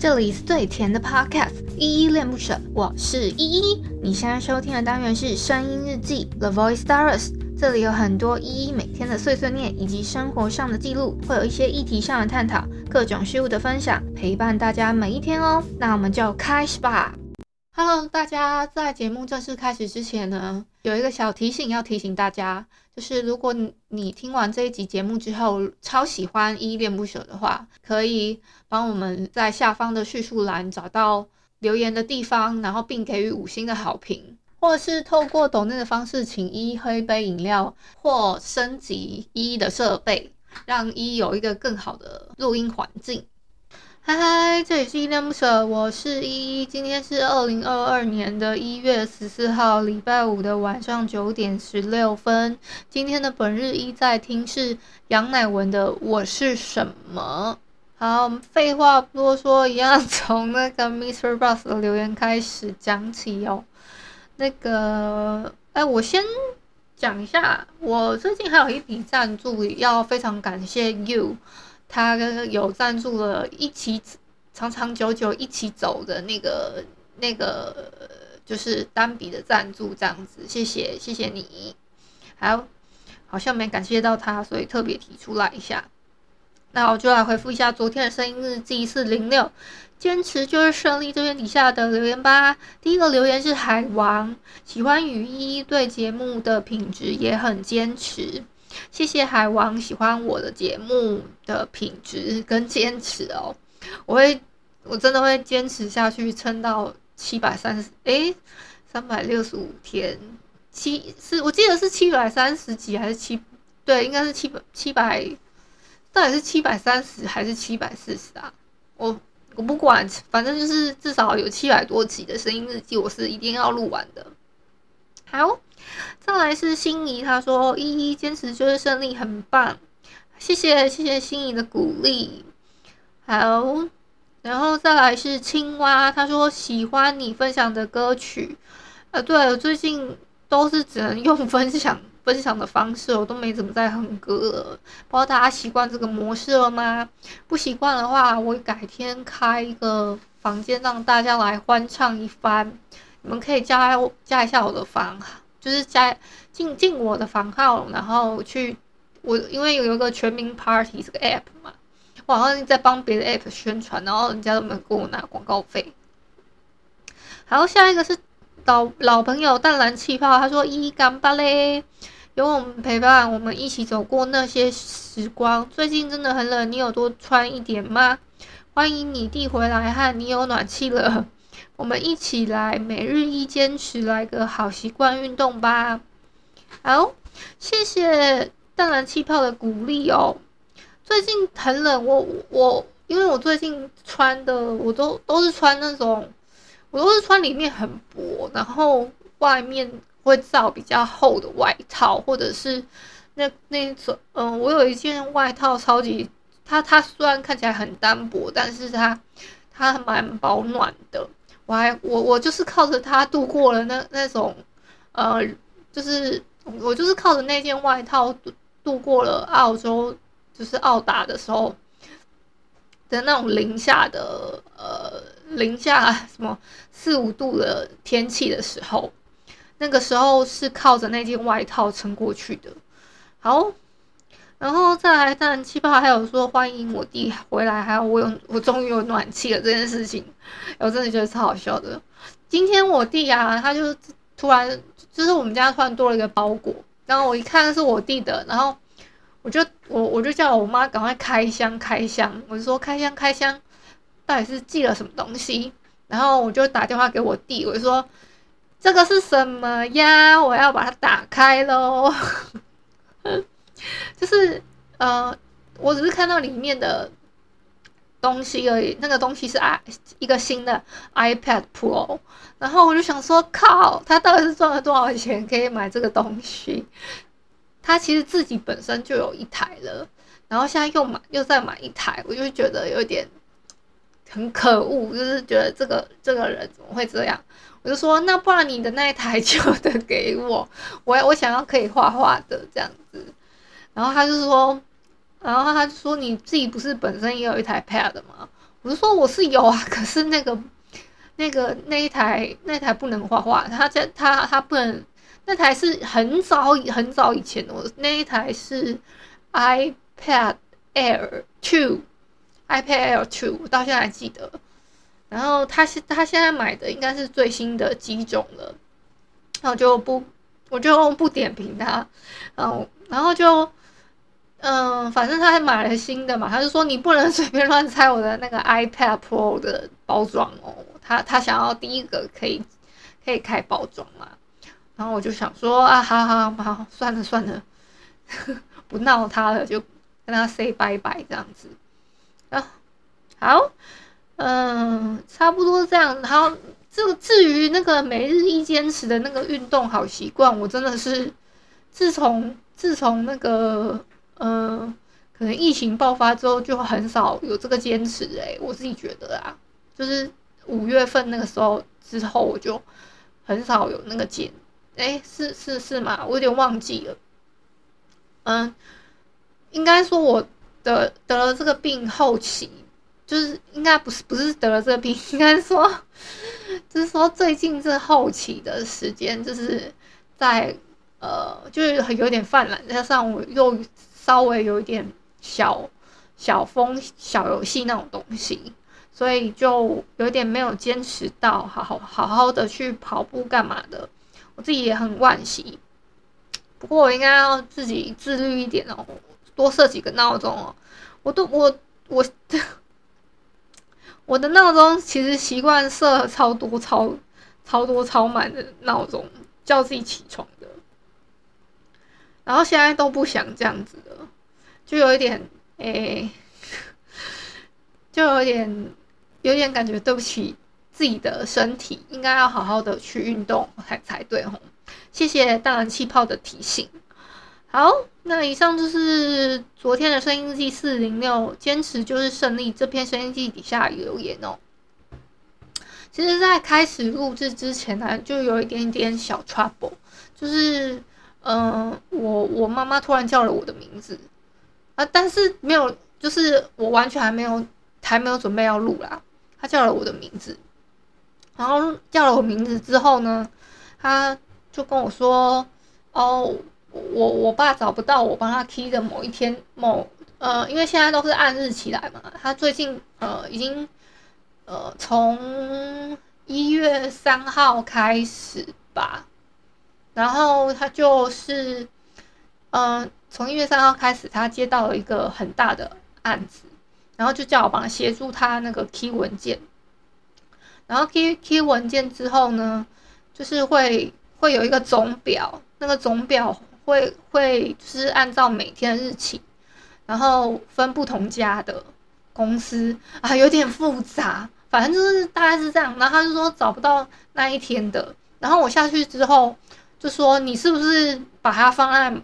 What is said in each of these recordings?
这里是最甜的 Podcast， 依依恋不舍，我是依依。你现在收听的单元是声音日记 The Voice Diaries， 这里有很多依依每天的碎碎念以及生活上的记录，会有一些议题上的探讨，各种事物的分享，陪伴大家每一天哦。那我们就开始吧。Hello， 大家，在节目正式开始之前呢，有一个小提醒要提醒大家，就是如果你听完这一集节目之后超喜欢依依恋不舍的话，可以帮我们在下方的叙述栏找到留言的地方，然后并给予5星的好评，或者是透过抖内的方式请依依喝一杯饮料，或升级依依的设备，让依依有一个更好的录音环境。嗨，这里是依依恋不舍，我是依依。今天是2022年的1月14号，礼拜五的晚上9点16分。今天的本日依在听是杨乃文的《我是什么》。好，我们废话不多说，一样从那个 Mr. Bus 的留言开始讲起哦。我先讲一下，我最近还有一笔赞助，要非常感谢 You。他有赞助了一起长长久久一起走的那个就是单笔的赞助这样子，谢谢你。好像没感谢到他，所以特别提出来一下。那我就来回复一下昨天的声音日记406，坚持就是胜利这边底下的留言吧。第一个留言是海王，喜欢雨衣，对节目的品质也很坚持。谢谢海王喜欢我的节目的品质跟坚持哦，我真的会坚持下去，撑到365天，我记得是730集还是对，应该是700，到底是730还是740啊？我不管，反正就是至少有700多集的声音日记，我是一定要录完的。好，再来是心仪，他说依依坚持就是胜利，很棒，谢谢心仪的鼓励。好，然后再来是青蛙，他说喜欢你分享的歌曲。对，我最近都是只能用分享的方式，我都没怎么在哼歌了，不知道大家习惯这个模式了吗？不习惯的话，我改天开一个房间让大家来欢唱一番。你们可以加一下我的房，就是进我的房号，然后因为有一个全民 Party 这个 app 嘛，我好像在帮别的 app 宣传，然后人家都没有跟我拿广告费。好，下一个是老朋友淡蓝气泡，他说依依干巴嘞，有我们陪伴，我们一起走过那些时光。最近真的很冷，你有多穿一点吗？欢迎你弟回来和你有暖气了。我们一起来每日一坚持，来个好习惯运动吧。好，谢谢淡蓝气泡的鼓励哦。最近很冷，因为我最近穿的我都是穿那种，我都是穿里面很薄，然后外面会罩比较厚的外套，或者是那种我有一件外套超级，它虽然看起来很单薄，但是它蛮保暖的。我就是靠着它度过了那种就是我就是靠着那件外套度过了澳洲，就是澳打的时候的那种零下什么4-5度的天气的时候，那个时候是靠着那件外套撑过去的。好，然后再来，当然气泡还有说欢迎我弟回来，还有我终于有暖气了这件事情，我真的觉得超好笑的。今天我弟啊，他就突然就是我们家突然多了一个包裹，然后我一看是我弟的，然后我就叫我妈赶快开箱，我就说开箱，到底是寄了什么东西？然后我就打电话给我弟，我就说这个是什么呀？我要把它打开咯。就是我只是看到里面的东西而已，那个东西是一个新的 iPad Pro， 然后我就想说靠，他到底是赚了多少钱可以买这个东西？他其实自己本身就有一台了，然后现在又再买一台，我就觉得有点很可恶，就是觉得这个人怎么会这样？我就说那不然你的那一台旧的给我，我想要可以画画的这样子。然后他就说你自己不是本身也有一台 Pad 吗？ 我就说我是有啊，可是那一台不能画画，它不能，那台是很很早以前的，那一台是 iPad Air 2，iPad Air 2，我到现在还记得。然后他现在买的应该是最新的机种了，然后我就不点评他，然后就反正他还买了新的嘛，他就说你不能随便乱拆我的那个 iPad Pro 的包装哦，他想要第一个可以开包装嘛，然后我就想说啊，好，算了，不闹他了，就跟他 say 拜拜这样子，好。差不多这样。然后至于那个每日一坚持的那个运动好习惯，我真的是自从那个可能疫情爆发之后，就很少有这个坚持我自己觉得啊，就是5月份那个时候之后，我就很少有那个是吗？我有点忘记了。应该说我得了这个病后期。就是应该不是得了这个病，应该说就是说最近这后期的时间，就是在就是有点泛滥，加上我又稍微有一点小游戏那种东西，所以就有点没有坚持到好好的去跑步干嘛的，我自己也很惋惜。不过我应该要自己自律一点哦，多设几个闹钟哦。我的闹钟其实习惯设超多超满的闹钟，叫自己起床的。然后现在都不想这样子了，就有一点就有点感觉对不起自己的身体，应该要好好的去运动才对吼。谢谢大燃气泡的提醒。好，那以上就是昨天的声音记406，坚持就是胜利这篇声音记底下留言哦。其实，在开始录制之前呢，就有一点点小 trouble， 就是我妈妈突然叫了我的名字啊，但是没有，就是我完全还没有准备要录啦，她叫了我的名字，然后叫了我名字之后呢，她就跟我说，哦。我爸找不到我帮他 key 的某一天因为现在都是按日期来嘛，他最近已经从1月3号开始吧，然后他就是从1月3号开始，他接到了一个很大的案子，然后就叫我帮他协助他那个 key 文件，然后 key 文件之后呢，就是会有一个总表，那个总表。会就是按照每天的日期，然后分不同家的公司啊，有点复杂，反正就是大概是这样。然后他就说找不到那一天的，然后我下去之后就说你是不是把它放在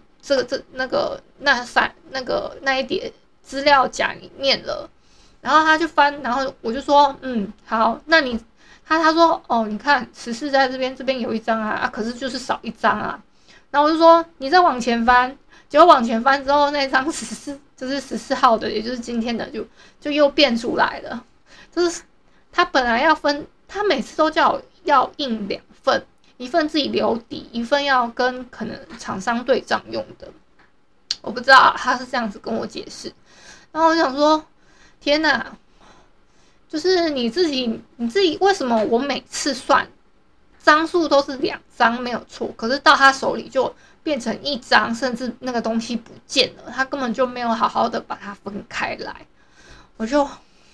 那一叠资料夹里面了？然后他就翻，然后我就说好，那你他说哦，你看14在这边有一张啊，可是就是少一张啊。然后我就说你再往前翻，结果往前翻之后，那张就是14号的，也就是今天的，就又变出来了。就是他本来要分，他每次都叫我要印2份，一份自己留底，一份要跟可能厂商对账用的。我不知道他是这样子跟我解释。然后我想说，天哪，就是你自己为什么我每次算？张数都是2张没有错，可是到他手里就变成1张，甚至那个东西不见了，他根本就没有好好的把它分开来，我就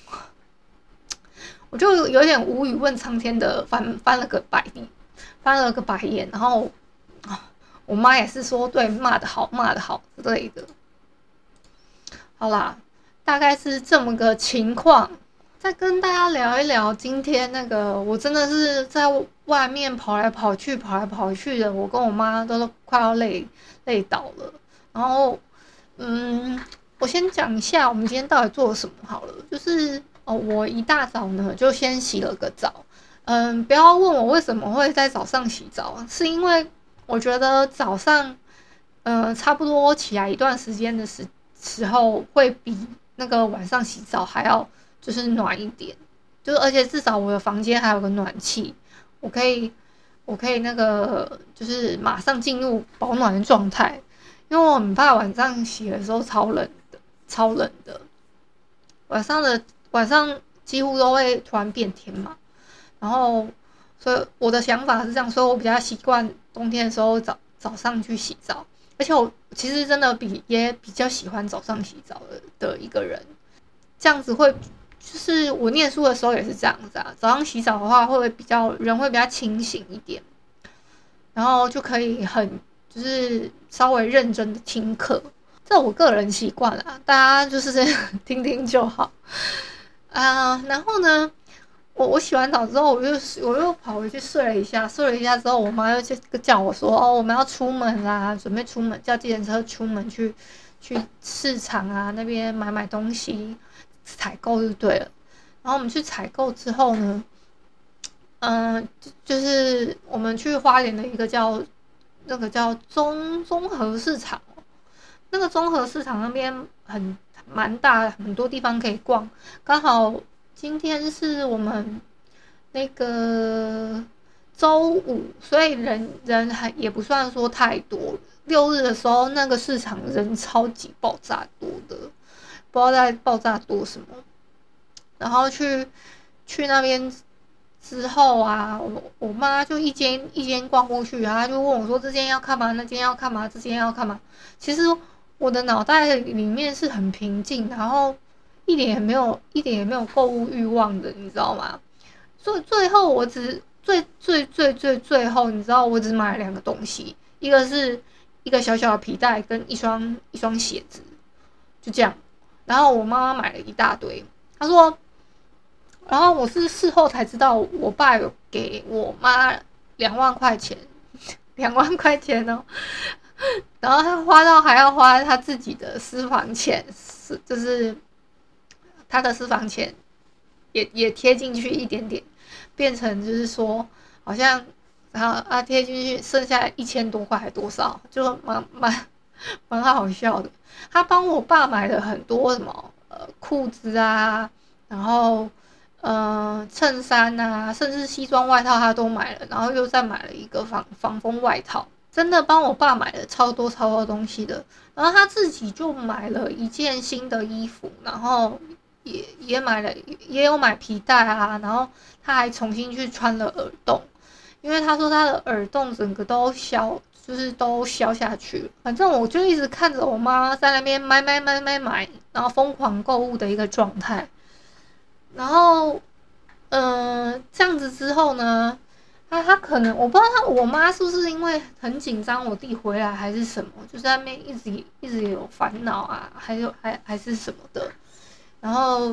有点无语问苍天的翻了个白眼，然后我妈也是说对，骂得好之类的。好啦，大概是这么个情况。再跟大家聊一聊今天那个，我真的是在外面跑来跑去的，我跟我妈都快要累倒了。然后，我先讲一下我们今天到底做了什么好了。就是我一大早呢就先洗了个澡。不要问我为什么会在早上洗澡，是因为我觉得早上，差不多起来一段时间的时候，会比那个晚上洗澡还要就是暖一点，就是而且至少我的房间还有个暖气，我可以那个就是马上进入保暖的状态，因为我很怕晚上洗的时候超冷的，晚上几乎都会突然变天嘛，然后所以我的想法是这样，所以我比较习惯冬天的时候早上去洗澡，而且我其实真的也比较喜欢早上洗澡的一个人，这样子会就是我念书的时候也是这样子啊，早上洗澡的话人会比较清醒一点，然后就可以就是稍微认真的听课，这我个人习惯啦，大家就是听听就好啊。然后呢，我洗完澡之后，我又跑回去睡了一下之后，我妈又叫我说哦，我们要出门啦，准备出门，叫计程车出门去市场啊那边买东西，采购就对了。然后我们去采购之后呢，就是我们去花莲的一个叫综合市场，那个综合市场那边蛮大，很多地方可以逛。刚好今天是我们那个周五，所以人还也不算说太多。6日的时候，那个市场人超级爆炸多的，不知道在爆炸多什么。然后去那边之后啊，我妈就一间一间逛过去，然后她就问我说：“这间要看吗？那间要看吗？这间要看吗？”其实我的脑袋里面是很平静，然后一点也没有购物欲望的，你知道吗？所以最后我只最后，你知道我只买了2个东西，一个是一个小小的皮带跟一双鞋子，就这样。然后我妈妈买了一大堆，她说。然后我是事后才知道，我爸有给我妈2万块钱，2万块钱哦。然后他还要花他自己的私房钱，就是他的私房钱也贴进去一点点，变成就是说好像然后贴进去剩下1000多块还多少，就蛮好笑的。他帮我爸买了很多什么裤子啊，然后。衬衫啊，甚至西装外套他都买了，然后又再买了一个防风外套，真的帮我爸买了超多东西的。然后他自己就买了一件新的衣服，然后也有买皮带啊，然后他还重新去穿了耳洞，因为他说他的耳洞整个都就是都消下去了。反正我就一直看着我妈在那边买，然后疯狂购物的一个状态。然后，这样子之后呢，他可能我不知道我妈是不是因为很紧张我弟回来还是什么，就在那边一直有烦恼啊，还是什么的。然后，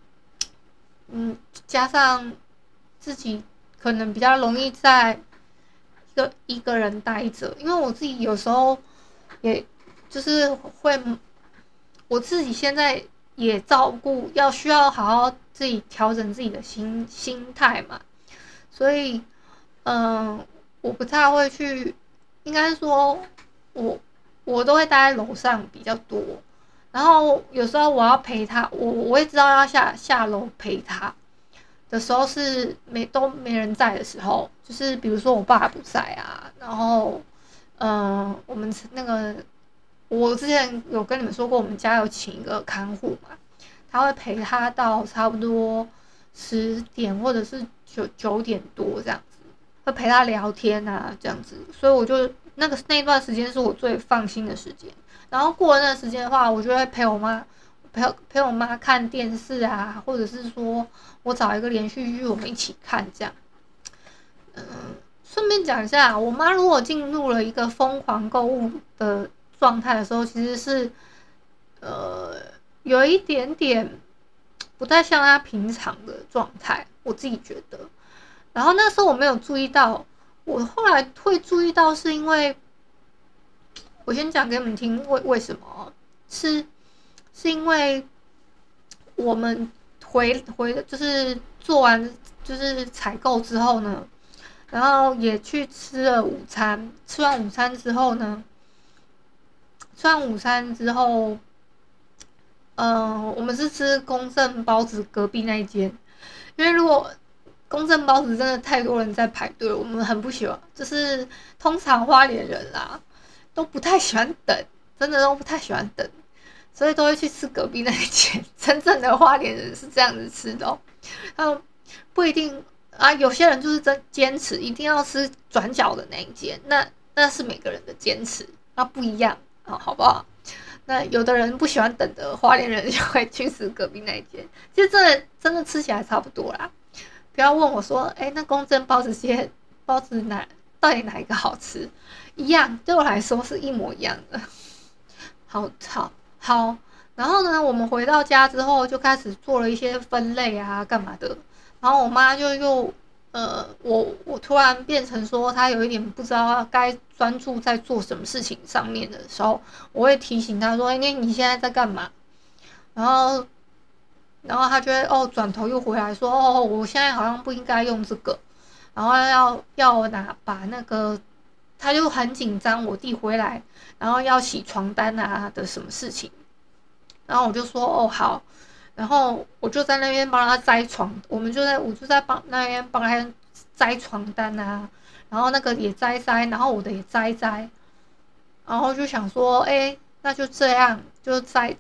加上自己可能比较容易在一个人待着，因为我自己有时候也就是会，我自己现在也需要好好自己调整自己的心态嘛，所以我不太会去，应该说我都会待在楼上比较多，然后有时候我要陪他，我会知道要下楼陪他的时候是都没人在的时候，就是比如说我爸不在啊，然后我们那个我之前有跟你们说过，我们家有请一个看护嘛，他会陪他到差不多10点或者是9点多这样子，会陪他聊天啊这样子，所以我就那段时间是我最放心的时间。然后过了那段时间的话，我就会陪我妈看电视啊，或者是说我找一个连续剧我们一起看这样。顺便讲一下，我妈如果进入了一个疯狂购物的状态的时候，其实是有一点点不太像她平常的状态，我自己觉得。然后那时候我没有注意到，我后来会注意到，是因为我先讲给你们听为什么，是因为我们就是做完就是采购之后呢，然后也去吃了午餐。吃完午餐之后， 我们是吃公正包子隔壁那一间，因为如果公正包子真的太多人在排队，我们很不喜欢，就是通常花莲人啦都不太喜欢等，真的都不太喜欢等，所以都会去吃隔壁那一间。真正的花莲人是这样子吃的他们不一定啊，有些人就是真坚持一定要吃转角的那一间，那是每个人的坚持，那不一样啊，好不好？那有的人不喜欢等的花莲人就会去吃隔壁那一间，其实真的吃起来差不多啦。不要问我说，那公正包子到底哪一个好吃？一样，对我来说是一模一样的。好，然后呢，我们回到家之后就开始做了一些分类啊，干嘛的。然后我妈就又我突然变成说，她有一点不知道该专注在做什么事情上面的时候，我会提醒她说：“你现在在干嘛？”然后她就会转头又回来说：“我现在好像不应该用这个。”然后要把那个，她就很紧张，我弟回来，然后要洗床单啊的什么事情，然后我就说：“好。”然后我就在那边帮他摘床，我就在那边帮他摘床单啊，然后那个也摘，然后我的也摘，然后就想说，那就这样，就摘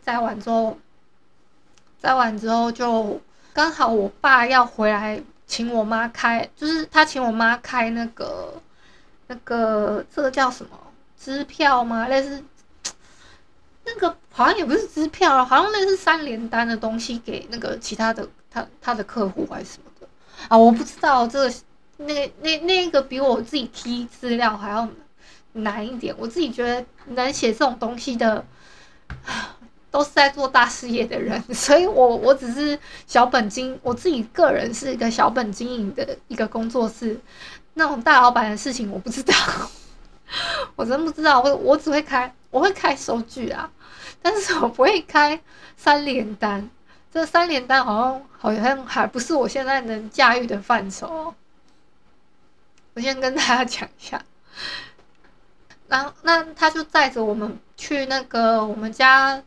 完之后就刚好我爸要回来请我妈开，就是他请我妈开那个这个叫什么支票吗？类似。那个好像也不是支票，好像类似3联单的东西给那个其他的他的客户还是什么的啊，我不知道这个那个比我自己提资料还要难一点。我自己觉得能写这种东西的，都是在做大事业的人，所以我只是小本经，我自己个人是一个小本经营的一个工作室，那种大老板的事情我不知道。我真不知道，我只会我会开收据啊，但是我不会开3联单。这3联单好像还不是我现在能驾驭的范畴。我先跟大家讲一下，然后那他就载着我们去那个我们家，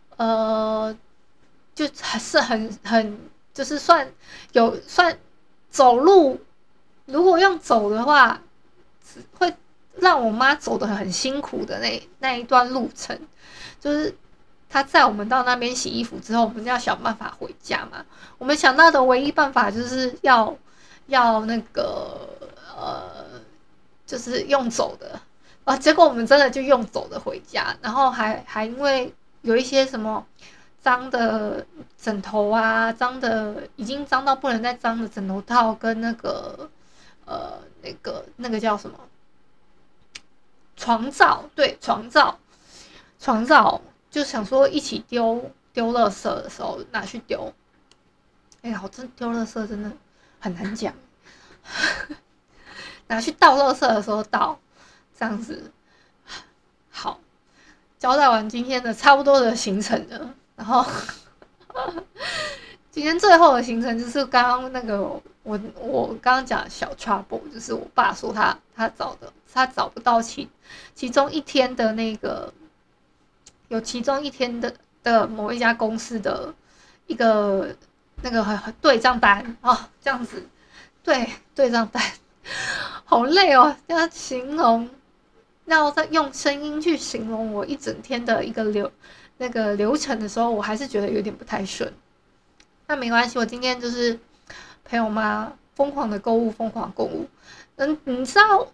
就还是很就是算走路，如果用走的话，会让我妈走得很辛苦的那一段路程，就是她载我们到那边洗衣服之后，我们就要想办法回家嘛。我们想到的唯一办法就是要那个就是用走的啊，结果我们真的就用走的回家，然后还因为有一些什么脏的枕头啊，已经脏到不能再脏的枕头套跟那个那个叫什么？床罩，对，床罩，就想说一起丢垃圾的时候拿去丢。真丢垃圾真的很难讲，拿去倒垃圾的时候倒，这样子。好，交代完今天的差不多的行程了，然后今天最后的行程就是刚刚那个我刚刚讲的小 trouble， 就是我爸说他找不到其中一天的那个有其中一天的某一家公司的一个那个对账单啊，这样子，对账单，好累哦，要形容，要再用声音去形容我一整天的一个流程的时候，我还是觉得有点不太顺。那没关系，我今天就是陪我妈疯狂购物。你知道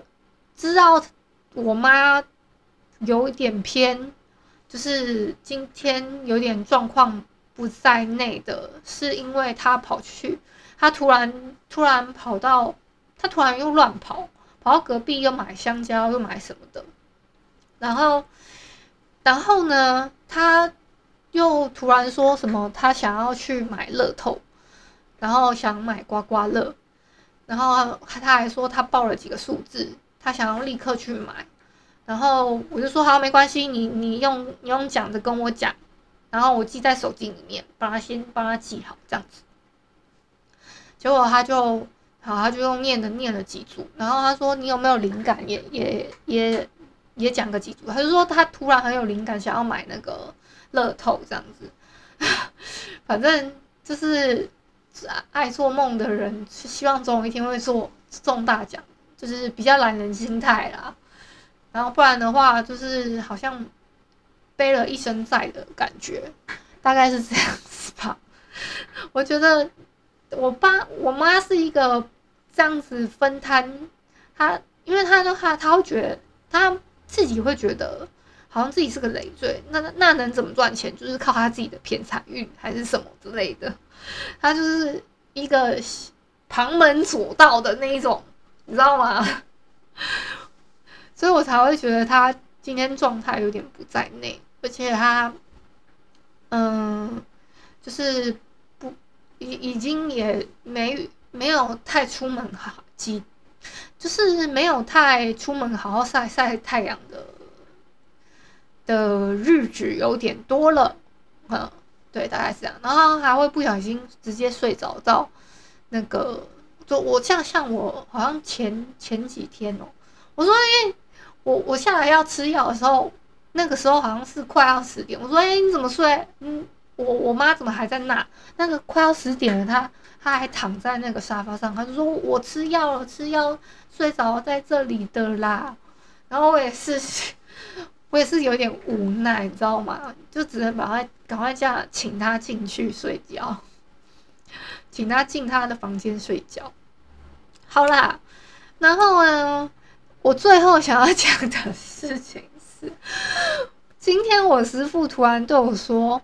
我妈有一点偏，就是今天有点状况不在内的，是因为她突然又乱跑到隔壁又买香蕉又买什么的，然后呢，她又突然说什么她想要去买乐透，然后想买刮刮乐，然后他还说他报了几个数字，他想要立刻去买，然后我就说好，没关系，你用讲的跟我讲，然后我记在手机里面，帮他记好这样子。结果他就用念了几组，然后他说你有没有灵感，也也讲个几组，他就说他突然很有灵感，想要买那个乐透这样子。反正就是爱做梦的人，希望总有一天会中大奖，就是比较懒人心态啦。然后不然的话，就是好像背了一身债的感觉，大概是这样子吧。我觉得我妈是一个这样子分摊，因为她会觉得她自己会觉得好像自己是个累赘，那能怎么赚钱？就是靠她自己的偏财运还是什么之类的。她就是一个旁门左道的那一种，你知道吗？所以我才会觉得她今天状态有点不在内，而且她就是已经也没有太出门就是没有太出门好好晒太阳的日子有点多了，对，大概是这样。然后还会不小心直接睡着到那个，就我像我好像前几天我说因为我下来要吃药的时候，那个时候好像是快要10点，我说你怎么睡？我妈怎么还在那个快要10点了，她还躺在那个沙发上，她就说我吃药了，睡着在这里的啦。然后我也是有点无奈，你知道吗？就只能赶快叫请她进去睡觉，请她进她的房间睡觉。好啦，然后呢，我最后想要讲的事情是，今天我师父突然对我说。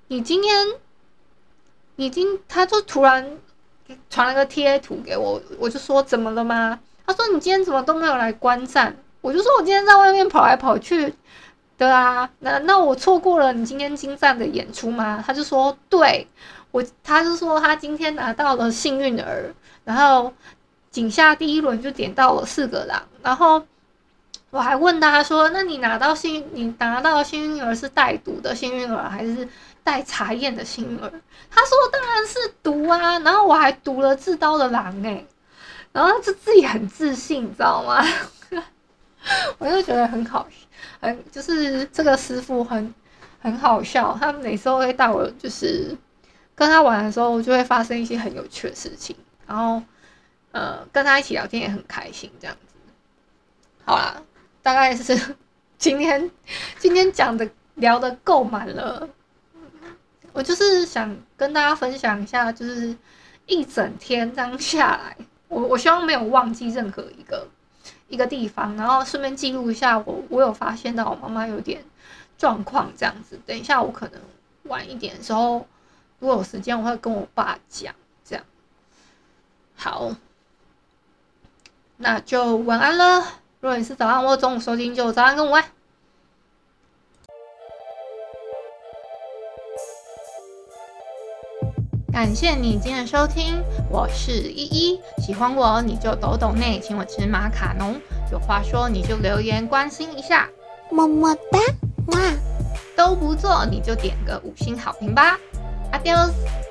他就突然传了个贴图给我，我就说怎么了吗？他说你今天怎么都没有来观战？我就说我今天在外面跑来跑去的啊，那我错过了你今天精湛的演出吗？他就说对，他就说他今天拿到了幸运儿，然后井下第一轮就点到了4个狼，然后我还问他说，那你拿到的幸运儿是带毒的幸运儿还是带茶叶的幸运儿？他说当然是毒啊，然后我还毒了自刀的狼然后就自己很自信，你知道吗？我就觉得很好笑，就是这个师傅很好笑，他每次都会带我，就是跟他玩的时候就会发生一些很有趣的事情，然后跟他一起聊天也很开心这样子。好啦，大概是今天聊的够满了。我就是想跟大家分享一下，就是一整天这样下来，我希望没有忘记任何一个地方，然后顺便记录一下我有发现到我妈妈有点状况这样子。等一下我可能晚一点的时候，如果有时间，我会跟我爸讲这样。好，那就晚安了。如果你是早上或中午收听，就早安跟午安。感谢你今天的收听，我是依依。喜欢我你就抖内，请我吃马卡龙。有话说你就留言关心一下， 么么哒，哇！ 都不做你就点个5星好评吧。Adios。